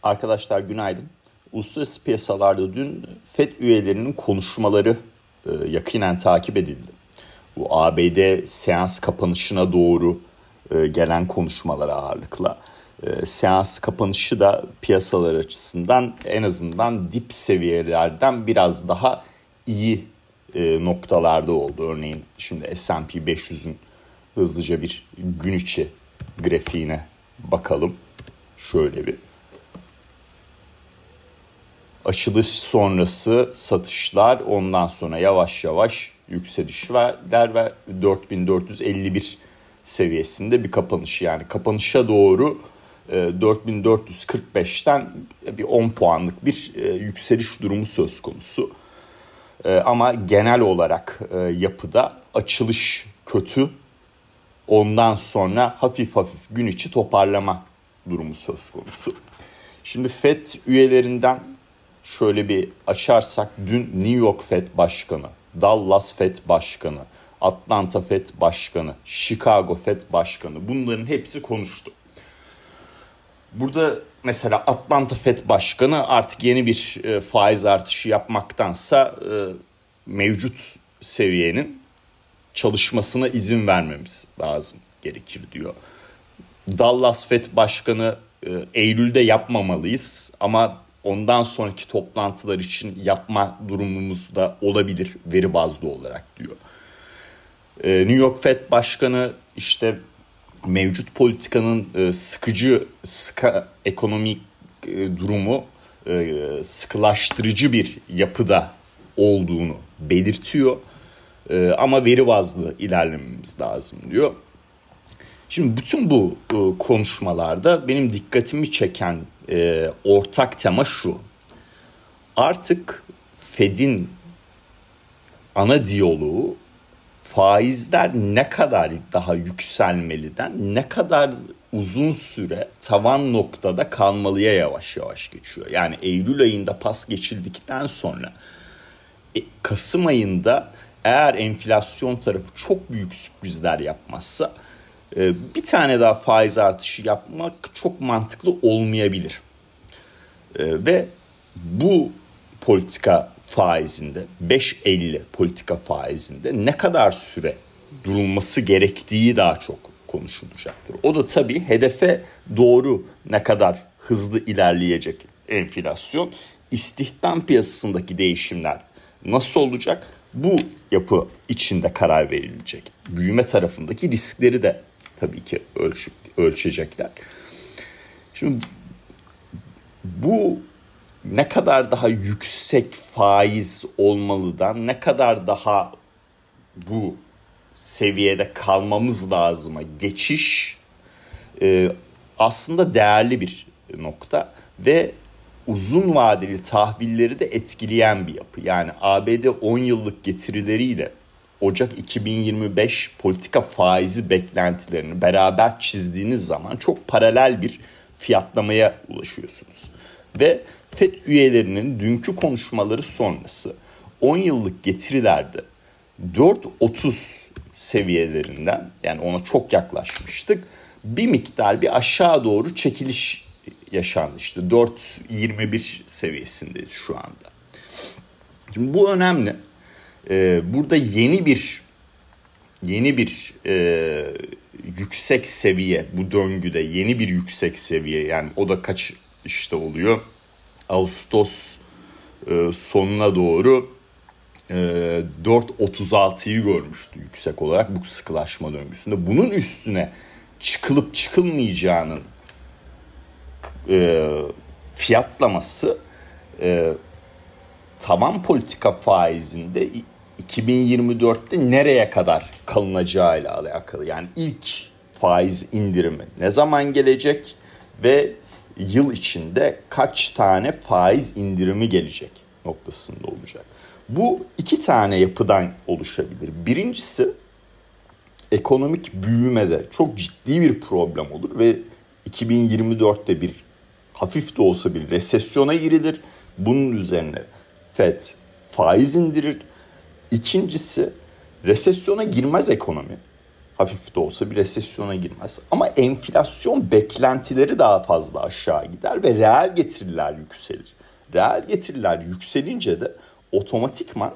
Arkadaşlar günaydın. Uluslararası piyasalarda dün FED üyelerinin konuşmaları yakinen takip edildi. Bu ABD seans kapanışına doğru gelen konuşmalar ağırlıkla. Seans kapanışı da piyasalar açısından en azından dip seviyelerden biraz daha iyi noktalarda oldu. Örneğin şimdi S&P 500'ün hızlıca bir gün içi grafiğine bakalım. Şöyle bir. Açılış sonrası satışlar, ondan sonra yavaş yavaş yükselişler ve 4451 seviyesinde bir kapanış. Yani kapanışa doğru 4445'ten bir 10 puanlık bir yükseliş durumu söz konusu. Ama genel olarak yapıda açılış kötü. Ondan sonra hafif gün içi toparlama durumu söz konusu. Şimdi FED üyelerinden şöyle bir açarsak, dün New York FED Başkanı, Dallas FED Başkanı, Atlanta FED Başkanı, Chicago FED Başkanı, bunların hepsi konuştu. Burada mesela Atlanta FED Başkanı artık yeni bir faiz artışı yapmaktansa mevcut seviyenin çalışmasına izin vermemiz lazım, gerekir diyor. Dallas FED Başkanı Eylül'de yapmamalıyız ama ondan sonraki toplantılar için yapma durumumuz da olabilir veri bazlı olarak diyor. New York FED Başkanı işte mevcut politikanın sıkı ekonomik durumu sıkılaştırıcı bir yapıda olduğunu belirtiyor. Ama veri bazlı ilerlememiz lazım diyor. Şimdi bütün bu konuşmalarda benim dikkatimi çeken ortak tema şu. Artık Fed'in ana diyaloğu faizler ne kadar daha yükselmeliden ne kadar uzun süre tavan noktada kalmalıya yavaş yavaş geçiyor. Yani Eylül ayında pas geçildikten sonra Kasım ayında eğer enflasyon tarafı çok büyük sürprizler yapmazsa bir tane daha faiz artışı yapmak çok mantıklı olmayabilir. Ve bu politika faizinde 5.50 politika faizinde ne kadar süre durulması gerektiği daha çok konuşulacaktır. O da tabii hedefe doğru ne kadar hızlı ilerleyecek enflasyon, istihdam piyasasındaki değişimler nasıl olacak? Bu yapı içinde karar verilecek. Büyüme tarafındaki riskleri de tabii ki ölçecekler. Şimdi bu ne kadar daha yüksek faiz olmalıdan ne kadar daha bu seviyede kalmamız lazıma geçiş aslında değerli bir nokta ve uzun vadeli tahvilleri de etkileyen bir yapı. Yani ABD 10 yıllık getirileriyle Ocak 2025 politika faizi beklentilerini beraber çizdiğiniz zaman çok paralel bir fiyatlamaya ulaşıyorsunuz. Ve FED üyelerinin dünkü konuşmaları sonrası 10 yıllık getirilerde 4.30 seviyelerinden, yani ona çok yaklaşmıştık, bir miktar bir aşağı doğru çekiliş yaşandı. İşte 4.21 seviyesindeyiz şu anda. Şimdi bu önemli. Burada yeni bir yüksek seviye, bu döngüde yeni bir yüksek seviye, yani o da kaç işte oluyor? Ağustos sonuna doğru 4.36'yı görmüştü yüksek olarak bu sıkılaşma döngüsünde. Bunun üstüne çıkılıp çıkılmayacağının fiyatlaması taban politika faizinde 2024'te nereye kadar kalınacağıyla alakalı. Yani ilk faiz indirimi ne zaman gelecek ve yıl içinde kaç tane faiz indirimi gelecek noktasında olacak. Bu iki tane yapıdan oluşabilir. Birincisi, ekonomik büyümede çok ciddi bir problem olur ve 2024'te bir hafif de olsa bir resesyona girilir. Bunun üzerine FED faiz indirir. İkincisi, resesyona girmez ekonomi hafif de olsa bir resesyona girmez. Ama enflasyon beklentileri daha fazla aşağı gider ve reel getiriler yükselir. Reel getiriler yükselince de otomatikman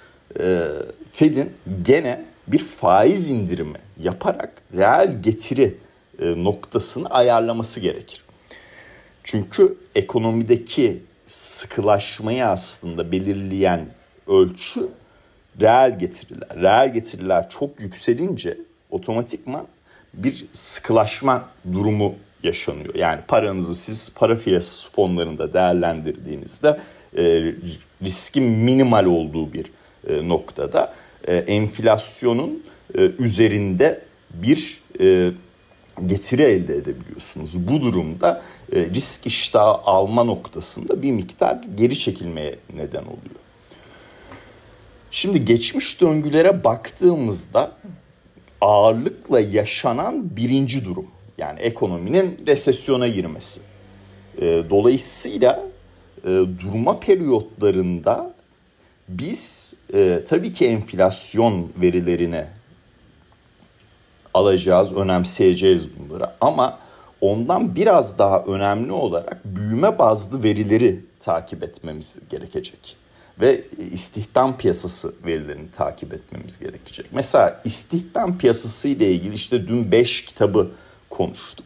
Fed'in gene bir faiz indirimi yaparak reel getiri noktasını ayarlaması gerekir. Çünkü ekonomideki sıkılaşmayı aslında belirleyen ölçü reel getiriler. Reel getiriler çok yükselince otomatikman bir sıkılaşma durumu yaşanıyor. Yani paranızı siz para piyasası fonlarında değerlendirdiğinizde riskin minimal olduğu bir noktada enflasyonun üzerinde bir getiri elde edebiliyorsunuz. Bu durumda risk iştahı alma noktasında bir miktar geri çekilmeye neden oluyor. Şimdi geçmiş döngülere baktığımızda ağırlıkla yaşanan birinci durum, yani ekonominin resesyona girmesi. Dolayısıyla durma periyotlarında biz tabii ki enflasyon verilerini alacağız, önemseyeceğiz bunları, ama ondan biraz daha önemli olarak büyüme bazlı verileri takip etmemiz gerekecek. Ve istihdam piyasası verilerini takip etmemiz gerekecek. Mesela istihdam piyasası ile ilgili işte dün 5 kitabı konuştuk.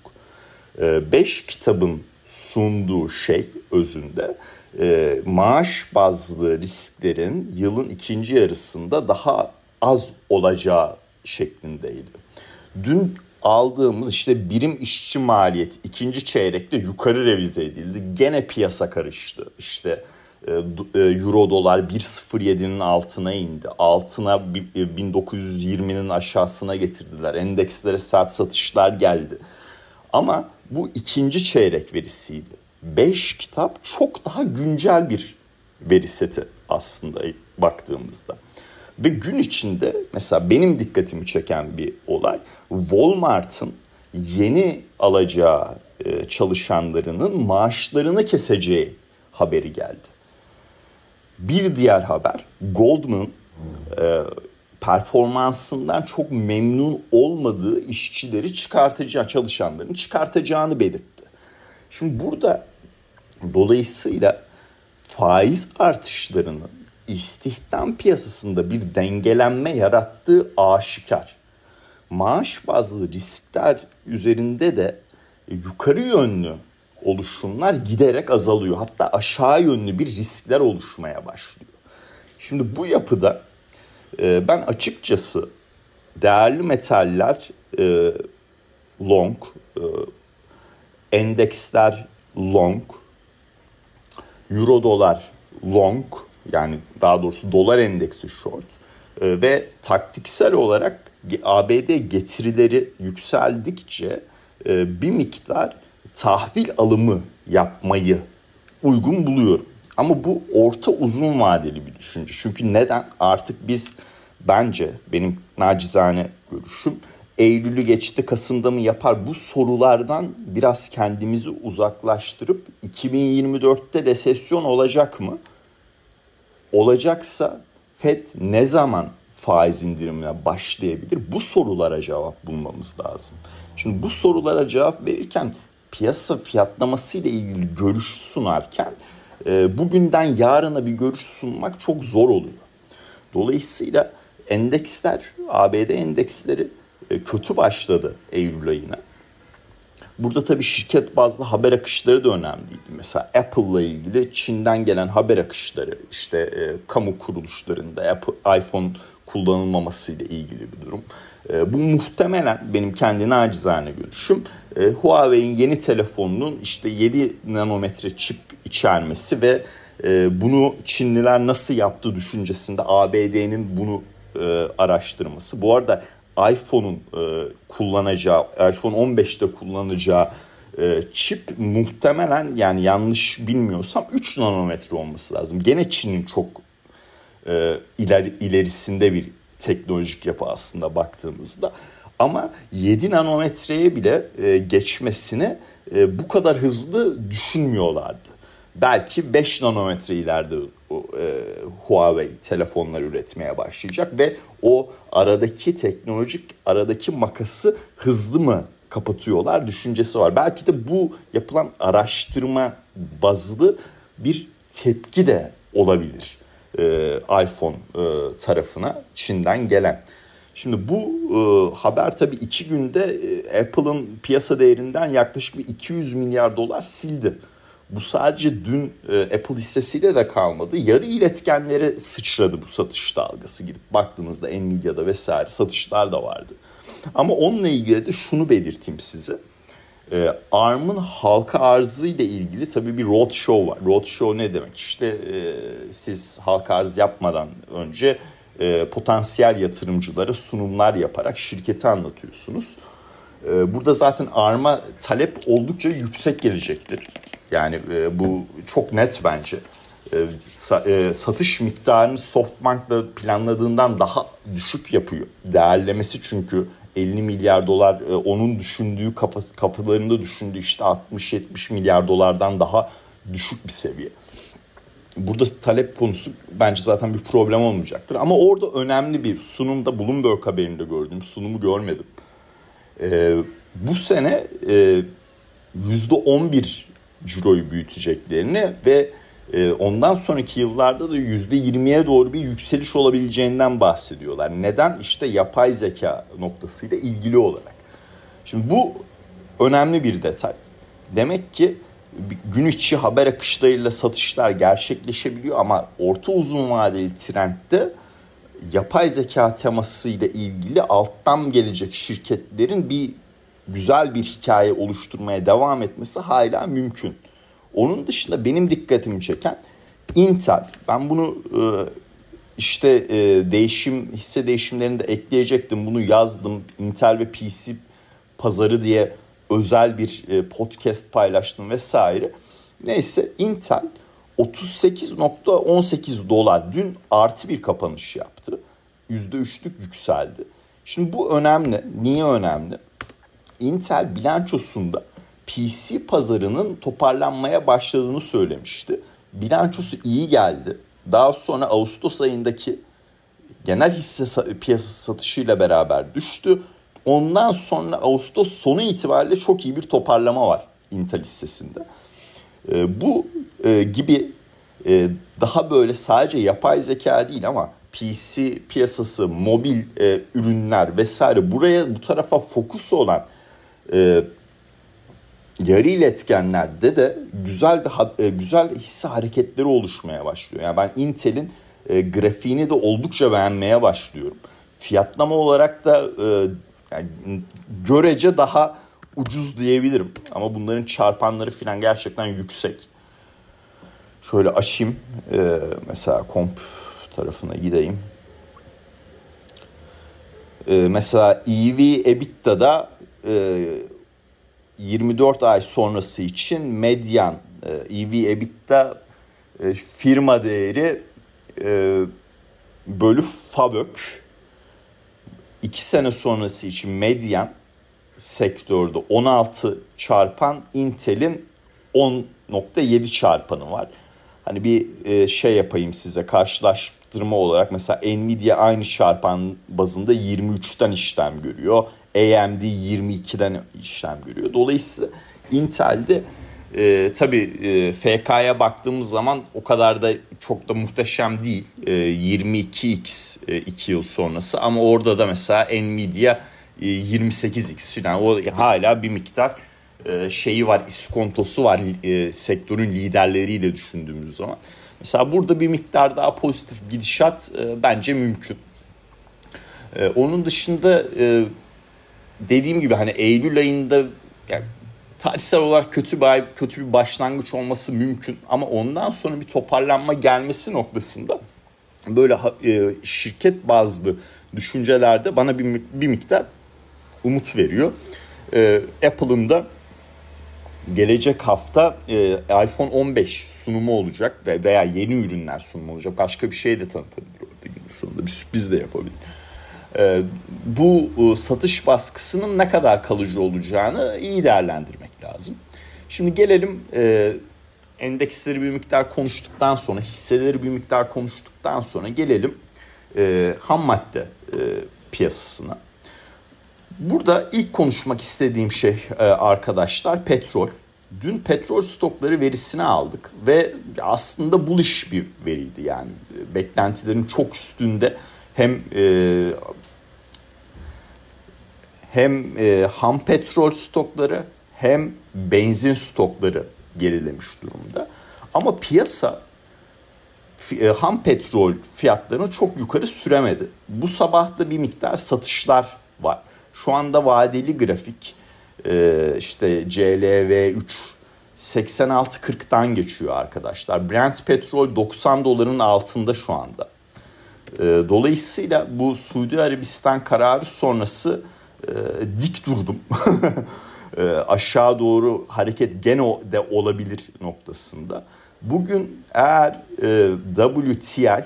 5 kitabın sunduğu şey özünde maaş bazlı risklerin yılın ikinci yarısında daha az olacağı şeklindeydi. Dün aldığımız işte birim işçi maliyeti ikinci çeyrekte yukarı revize edildi. Gene piyasa karıştı. İşte euro dolar 1.07'nin altına indi. Altına 1920'nin aşağısına getirdiler. Endekslere sert satışlar geldi. Ama bu ikinci çeyrek verisiydi. 5 kitap çok daha güncel bir veri seti aslında baktığımızda. Ve gün içinde mesela benim dikkatimi çeken bir olay, Walmart'ın yeni alacağı çalışanlarının maaşlarını keseceği haberi geldi. Bir diğer haber, Goldman performansından çok memnun olmadığı işçileri çalışanlarını çıkartacağını belirtti. Şimdi burada dolayısıyla faiz artışlarının istihdam piyasasında bir dengelenme yarattığı aşikar. Maaş bazlı riskler üzerinde de yukarı yönlü oluşumlar giderek azalıyor. Hatta aşağı yönlü bir riskler oluşmaya başlıyor. Şimdi bu yapıda ben açıkçası değerli metaller long, endeksler long, euro dolar long, yani daha doğrusu dolar endeksi short ve taktiksel olarak ABD getirileri yükseldikçe bir miktar tahvil alımı yapmayı uygun buluyorum. Ama bu orta uzun vadeli bir düşünce. Çünkü neden? Artık biz, bence benim nacizane görüşüm, Eylül'ü geçti, Kasım'da mı yapar, bu sorulardan biraz kendimizi uzaklaştırıp 2024'te resesyon olacak mı? Olacaksa Fed ne zaman faiz indirimine başlayabilir? Bu sorulara cevap bulmamız lazım. Şimdi bu sorulara cevap verirken piyasa fiyatlaması ile ilgili görüş sunarken bugünden yarına bir görüş sunmak çok zor oluyor. Dolayısıyla endeksler, ABD endeksleri kötü başladı Eylül ayına. Burada tabii şirket bazlı haber akışları da önemliydi. Mesela Apple'la ilgili Çin'den gelen haber akışları, işte kamu kuruluşlarında iPhone kullanılmaması ile ilgili bir durum. Bu muhtemelen, benim kendi nacizane görüşüm, Huawei'in yeni telefonunun işte 7 nanometre çip içermesi ve bunu Çinliler nasıl yaptığı düşüncesinde ABD'nin bunu araştırması. Bu arada iPhone'un kullanacağı, iPhone 15'te kullanacağı çip muhtemelen, yani yanlış bilmiyorsam 3 nanometre olması lazım. Gene Çin'in çok ilerisinde bir teknolojik yapı aslında baktığımızda. Ama 7 nanometreye bile geçmesini bu kadar hızlı düşünmüyorlardı. belki 5 nanometre ileride Huawei telefonlar üretmeye başlayacak ve o aradaki makası hızlı mı kapatıyorlar düşüncesi var. Belki de bu yapılan araştırma bazlı bir tepki de olabilir iPhone tarafına Çin'den gelen. Şimdi bu haber tabii 2 günde Apple'ın piyasa değerinden yaklaşık bir 200 milyar dolar sildi. Bu sadece dün Apple hissesiyle de kalmadı. Yarı iletkenlere sıçradı bu satış dalgası. Gidip baktığınızda Nvidia'da vesaire satışlar da vardı. Ama onunla ilgili de şunu belirteyim size. ARM'ın halka arzı ile ilgili tabii bir roadshow var. Roadshow ne demek? İşte siz halka arz yapmadan önce potansiyel yatırımcılara sunumlar yaparak şirketi anlatıyorsunuz. Burada zaten ARM'a talep oldukça yüksek gelecektir. Yani bu çok net bence. Satış miktarını SoftBank'la planladığından daha düşük yapıyor. Değerlemesi çünkü 50 milyar dolar onun düşündüğü kafalarında düşündüğü işte 60-70 milyar dolardan daha düşük bir seviye. Burada talep konusu bence zaten bir problem olmayacaktır. Ama orada önemli bir sunumda Bloomberg haberinde gördüğüm sunumu görmedim. Bu sene %11 ciroyu büyüteceklerini ve ondan sonraki yıllarda da %20'ye doğru bir yükseliş olabileceğinden bahsediyorlar. Neden? İşte yapay zeka noktasıyla ilgili olarak. Şimdi bu önemli bir detay. Demek ki gün içi haber akışlarıyla satışlar gerçekleşebiliyor ama orta uzun vadeli trendde yapay zeka temasıyla ilgili alttan gelecek şirketlerin güzel bir hikaye oluşturmaya devam etmesi hala mümkün. Onun dışında benim dikkatimi çeken Intel. Ben bunu hisse değişimlerinde ekleyecektim. Bunu yazdım. Intel ve PC pazarı diye özel bir podcast paylaştım vesaire. Neyse Intel 38.18 dolar dün artı bir kapanış yaptı. %3'lük yükseldi. Şimdi bu önemli. Niye önemli? Intel bilançosunda PC pazarının toparlanmaya başladığını söylemişti. Bilançosu iyi geldi. Daha sonra Ağustos ayındaki genel hisse piyasası satışıyla beraber düştü. Ondan sonra Ağustos sonu itibariyle çok iyi bir toparlama var Intel hissesinde. Bu gibi daha böyle sadece yapay zeka değil ama PC piyasası, mobil ürünler vesaire bu tarafa fokus olan yarı iletkenlerde de güzel hisse hareketleri oluşmaya başlıyor. Yani ben Intel'in grafiğini de oldukça beğenmeye başlıyorum. Fiyatlama olarak da yani görece daha ucuz diyebilirim. Ama bunların çarpanları falan gerçekten yüksek. Şöyle açayım. Mesela komp tarafına gideyim. Mesela EV/EBITDA'da 24 ay sonrası için medyan EV/EBITDA firma değeri bölü FAVÖK 2 sene sonrası için medyan sektörde 16 çarpan, Intel'in 10.7 çarpanı var. Hani bir yapayım size karşılaştırma olarak, mesela Nvidia aynı çarpan bazında 23'ten işlem görüyor. AMD 22'den işlem görüyor. Dolayısıyla Intel'de tabii FK'ya baktığımız zaman o kadar da çok da muhteşem değil. 22x 2 yıl sonrası ama orada da mesela Nvidia 28x falan, o hala bir miktar var, iskontosu var sektörün liderleriyle düşündüğümüz zaman. Mesela burada bir miktar daha pozitif gidişat bence mümkün. Onun dışında dediğim gibi hani Eylül ayında yani tarihsel olarak kötü bir başlangıç olması mümkün ama ondan sonra bir toparlanma gelmesi noktasında böyle şirket bazlı düşüncelerde bana bir miktar umut veriyor. Apple'ın da gelecek hafta iPhone 15 sunumu olacak veya yeni ürünler sunumu olacak. Başka bir şey de tanıtabilir orada, günün sonunda bir sürpriz de yapabilir. Bu satış baskısının ne kadar kalıcı olacağını iyi değerlendirmek lazım. Şimdi gelelim endeksleri bir miktar konuştuktan sonra, hisseleri bir miktar konuştuktan sonra gelelim ham madde piyasasına. Burada ilk konuşmak istediğim şey arkadaşlar petrol. Dün petrol stokları verisini aldık ve aslında bullish bir veriydi. Yani beklentilerin çok üstünde hem ham petrol stokları hem benzin stokları gerilemiş durumda. Ama piyasa ham petrol fiyatlarını çok yukarı süremedi. Bu sabah da bir miktar satışlar var. Şu anda vadeli grafik işte CLV3 86.40'tan geçiyor arkadaşlar. Brent petrol 90 doların altında şu anda. Dolayısıyla bu Suudi Arabistan kararı sonrası dik durdum. Aşağı doğru hareket gene de olabilir noktasında. Bugün eğer WTI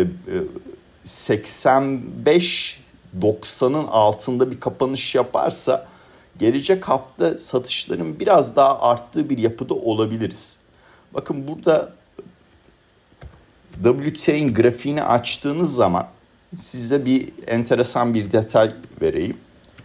85-90'ın altında bir kapanış yaparsa gelecek hafta satışların biraz daha arttığı bir yapıda olabiliriz. Bakın burada WTI'nin grafiğini açtığınız zaman size bir enteresan bir detay vereyim.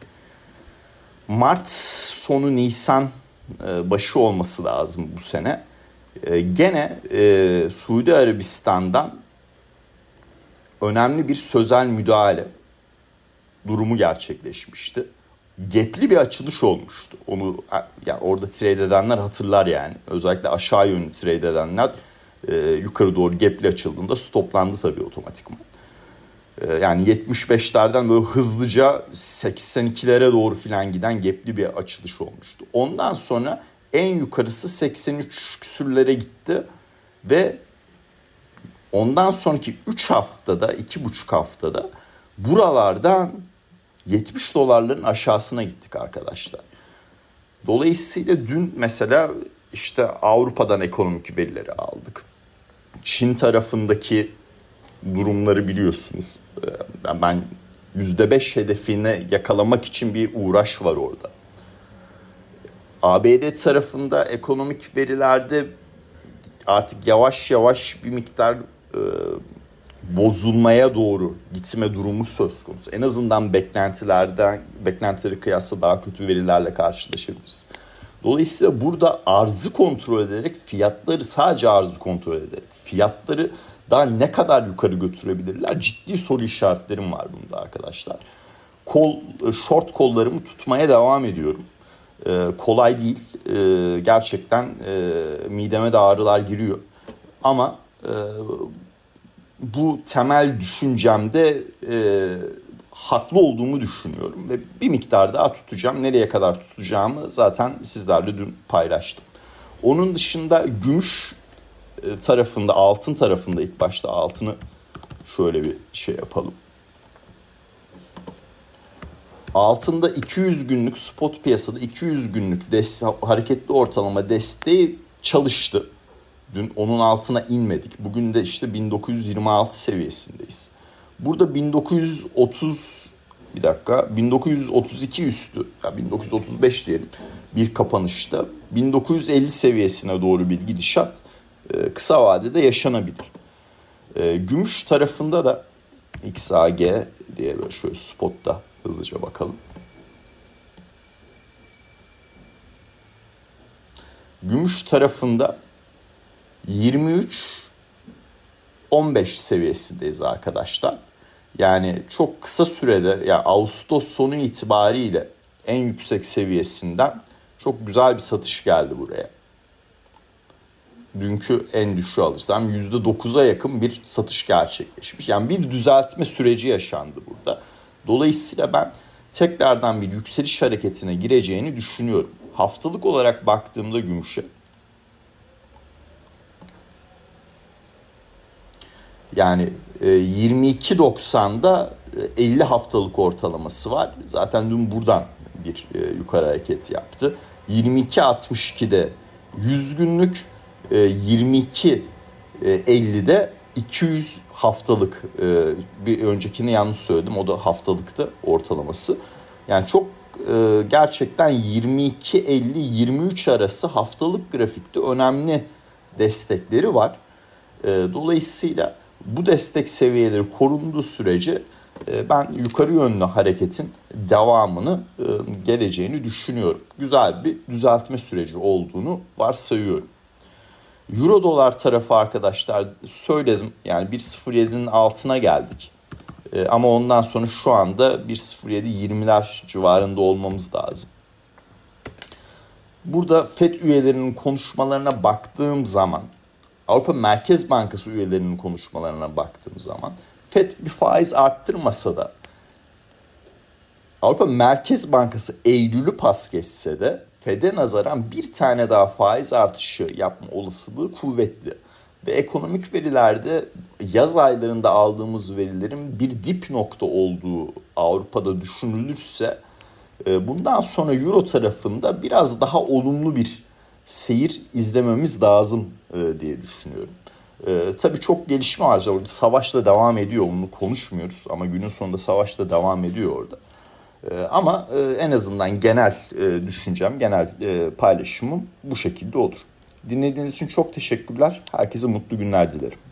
Mart sonu Nisan başı olması lazım bu sene. Gene Suudi Arabistan'dan önemli bir sözel müdahale durumu gerçekleşmişti. Gap'li bir açılış olmuştu. Onu yani orada trade edenler hatırlar yani. Özellikle aşağı yönlü trade edenler yukarı doğru gap'li açıldığında stoplandı tabii otomatikman. Yani 75'lerden böyle hızlıca 82'lere doğru filan giden gap'li bir açılış olmuştu. Ondan sonra en yukarısı 83 küsürlere gitti ve ondan sonraki 3 haftada, 2,5 haftada buralardan 70 dolarların aşağısına gittik arkadaşlar. Dolayısıyla dün mesela işte Avrupa'dan ekonomik verileri aldık. Çin tarafındaki durumları biliyorsunuz. Ben %5 hedefini yakalamak için bir uğraş var orada. ABD tarafında ekonomik verilerde artık yavaş yavaş bir miktar bozulmaya doğru gitme durumu söz konusu. En azından beklentileri kıyasla daha kötü verilerle karşılaşabiliriz. Dolayısıyla burada arzı kontrol ederek sadece arzı kontrol ederek fiyatları daha ne kadar yukarı götürebilirler? Ciddi soru işaretlerim var bunda arkadaşlar. Short kollarımı tutmaya devam ediyorum. Kolay değil. Gerçekten mideme de ağrılar giriyor. Ama bu temel düşüncemde haklı olduğumu düşünüyorum. Ve bir miktar daha tutacağım. Nereye kadar tutacağımı zaten sizlerle dün paylaştım. Onun dışında gümüş tarafında, altın tarafında ilk başta altını şöyle bir şey yapalım. Altında 200 günlük spot piyasada 200 günlük hareketli ortalama desteği çalıştı. Dün onun altına inmedik. Bugün de işte 1926 seviyesindeyiz. Burada 1932 üstü, yani 1935 diyelim bir kapanışta 1950 seviyesine doğru bir gidişat kısa vadede yaşanabilir. Gümüş tarafında da XAG diye böyle şöyle spotta hızlıca bakalım. Gümüş tarafında 23-15 seviyesindeyiz arkadaşlar. Yani çok kısa sürede, yani Ağustos sonu itibariyle en yüksek seviyesinden çok güzel bir satış geldi buraya. Dünkü en düşüğü alırsam %9'a yakın bir satış gerçekleşmiş. Yani bir düzeltme süreci yaşandı burada. Dolayısıyla ben tekrardan bir yükseliş hareketine gireceğini düşünüyorum. Haftalık olarak baktığımda gümüşe, yani 22.90'da 50 haftalık ortalaması var. Zaten dün buradan bir yukarı hareket yaptı. 22.62'de 100 günlük, 22.50'de 200 haftalık, bir öncekini yanlış söyledim, o da haftalıktı ortalaması. Yani çok gerçekten 22.50-23 arası haftalık grafikte önemli destekleri var. Dolayısıyla bu destek seviyeleri korunduğu sürece ben yukarı yönlü hareketin devamını geleceğini düşünüyorum. Güzel bir düzeltme süreci olduğunu varsayıyorum. Euro dolar tarafı arkadaşlar söyledim, yani 1.07'nin altına geldik. Ama ondan sonra şu anda 1.07-20'ler civarında olmamız lazım. Burada FED üyelerinin konuşmalarına baktığım zaman, Avrupa Merkez Bankası üyelerinin konuşmalarına baktığım zaman FED bir faiz arttırmasa da Avrupa Merkez Bankası Eylül'ü pas geçse de FED'e nazaran bir tane daha faiz artışı yapma olasılığı kuvvetli. Ve ekonomik verilerde yaz aylarında aldığımız verilerin bir dip nokta olduğu Avrupa'da düşünülürse bundan sonra Euro tarafında biraz daha olumlu bir seyir izlememiz lazım diye düşünüyorum. Tabii çok gelişme var. Orada savaş da devam ediyor. Onu konuşmuyoruz ama günün sonunda savaş da devam ediyor orada. Ama en azından genel düşüncem, genel paylaşımım bu şekilde olur. Dinlediğiniz için çok teşekkürler. Herkese mutlu günler dilerim.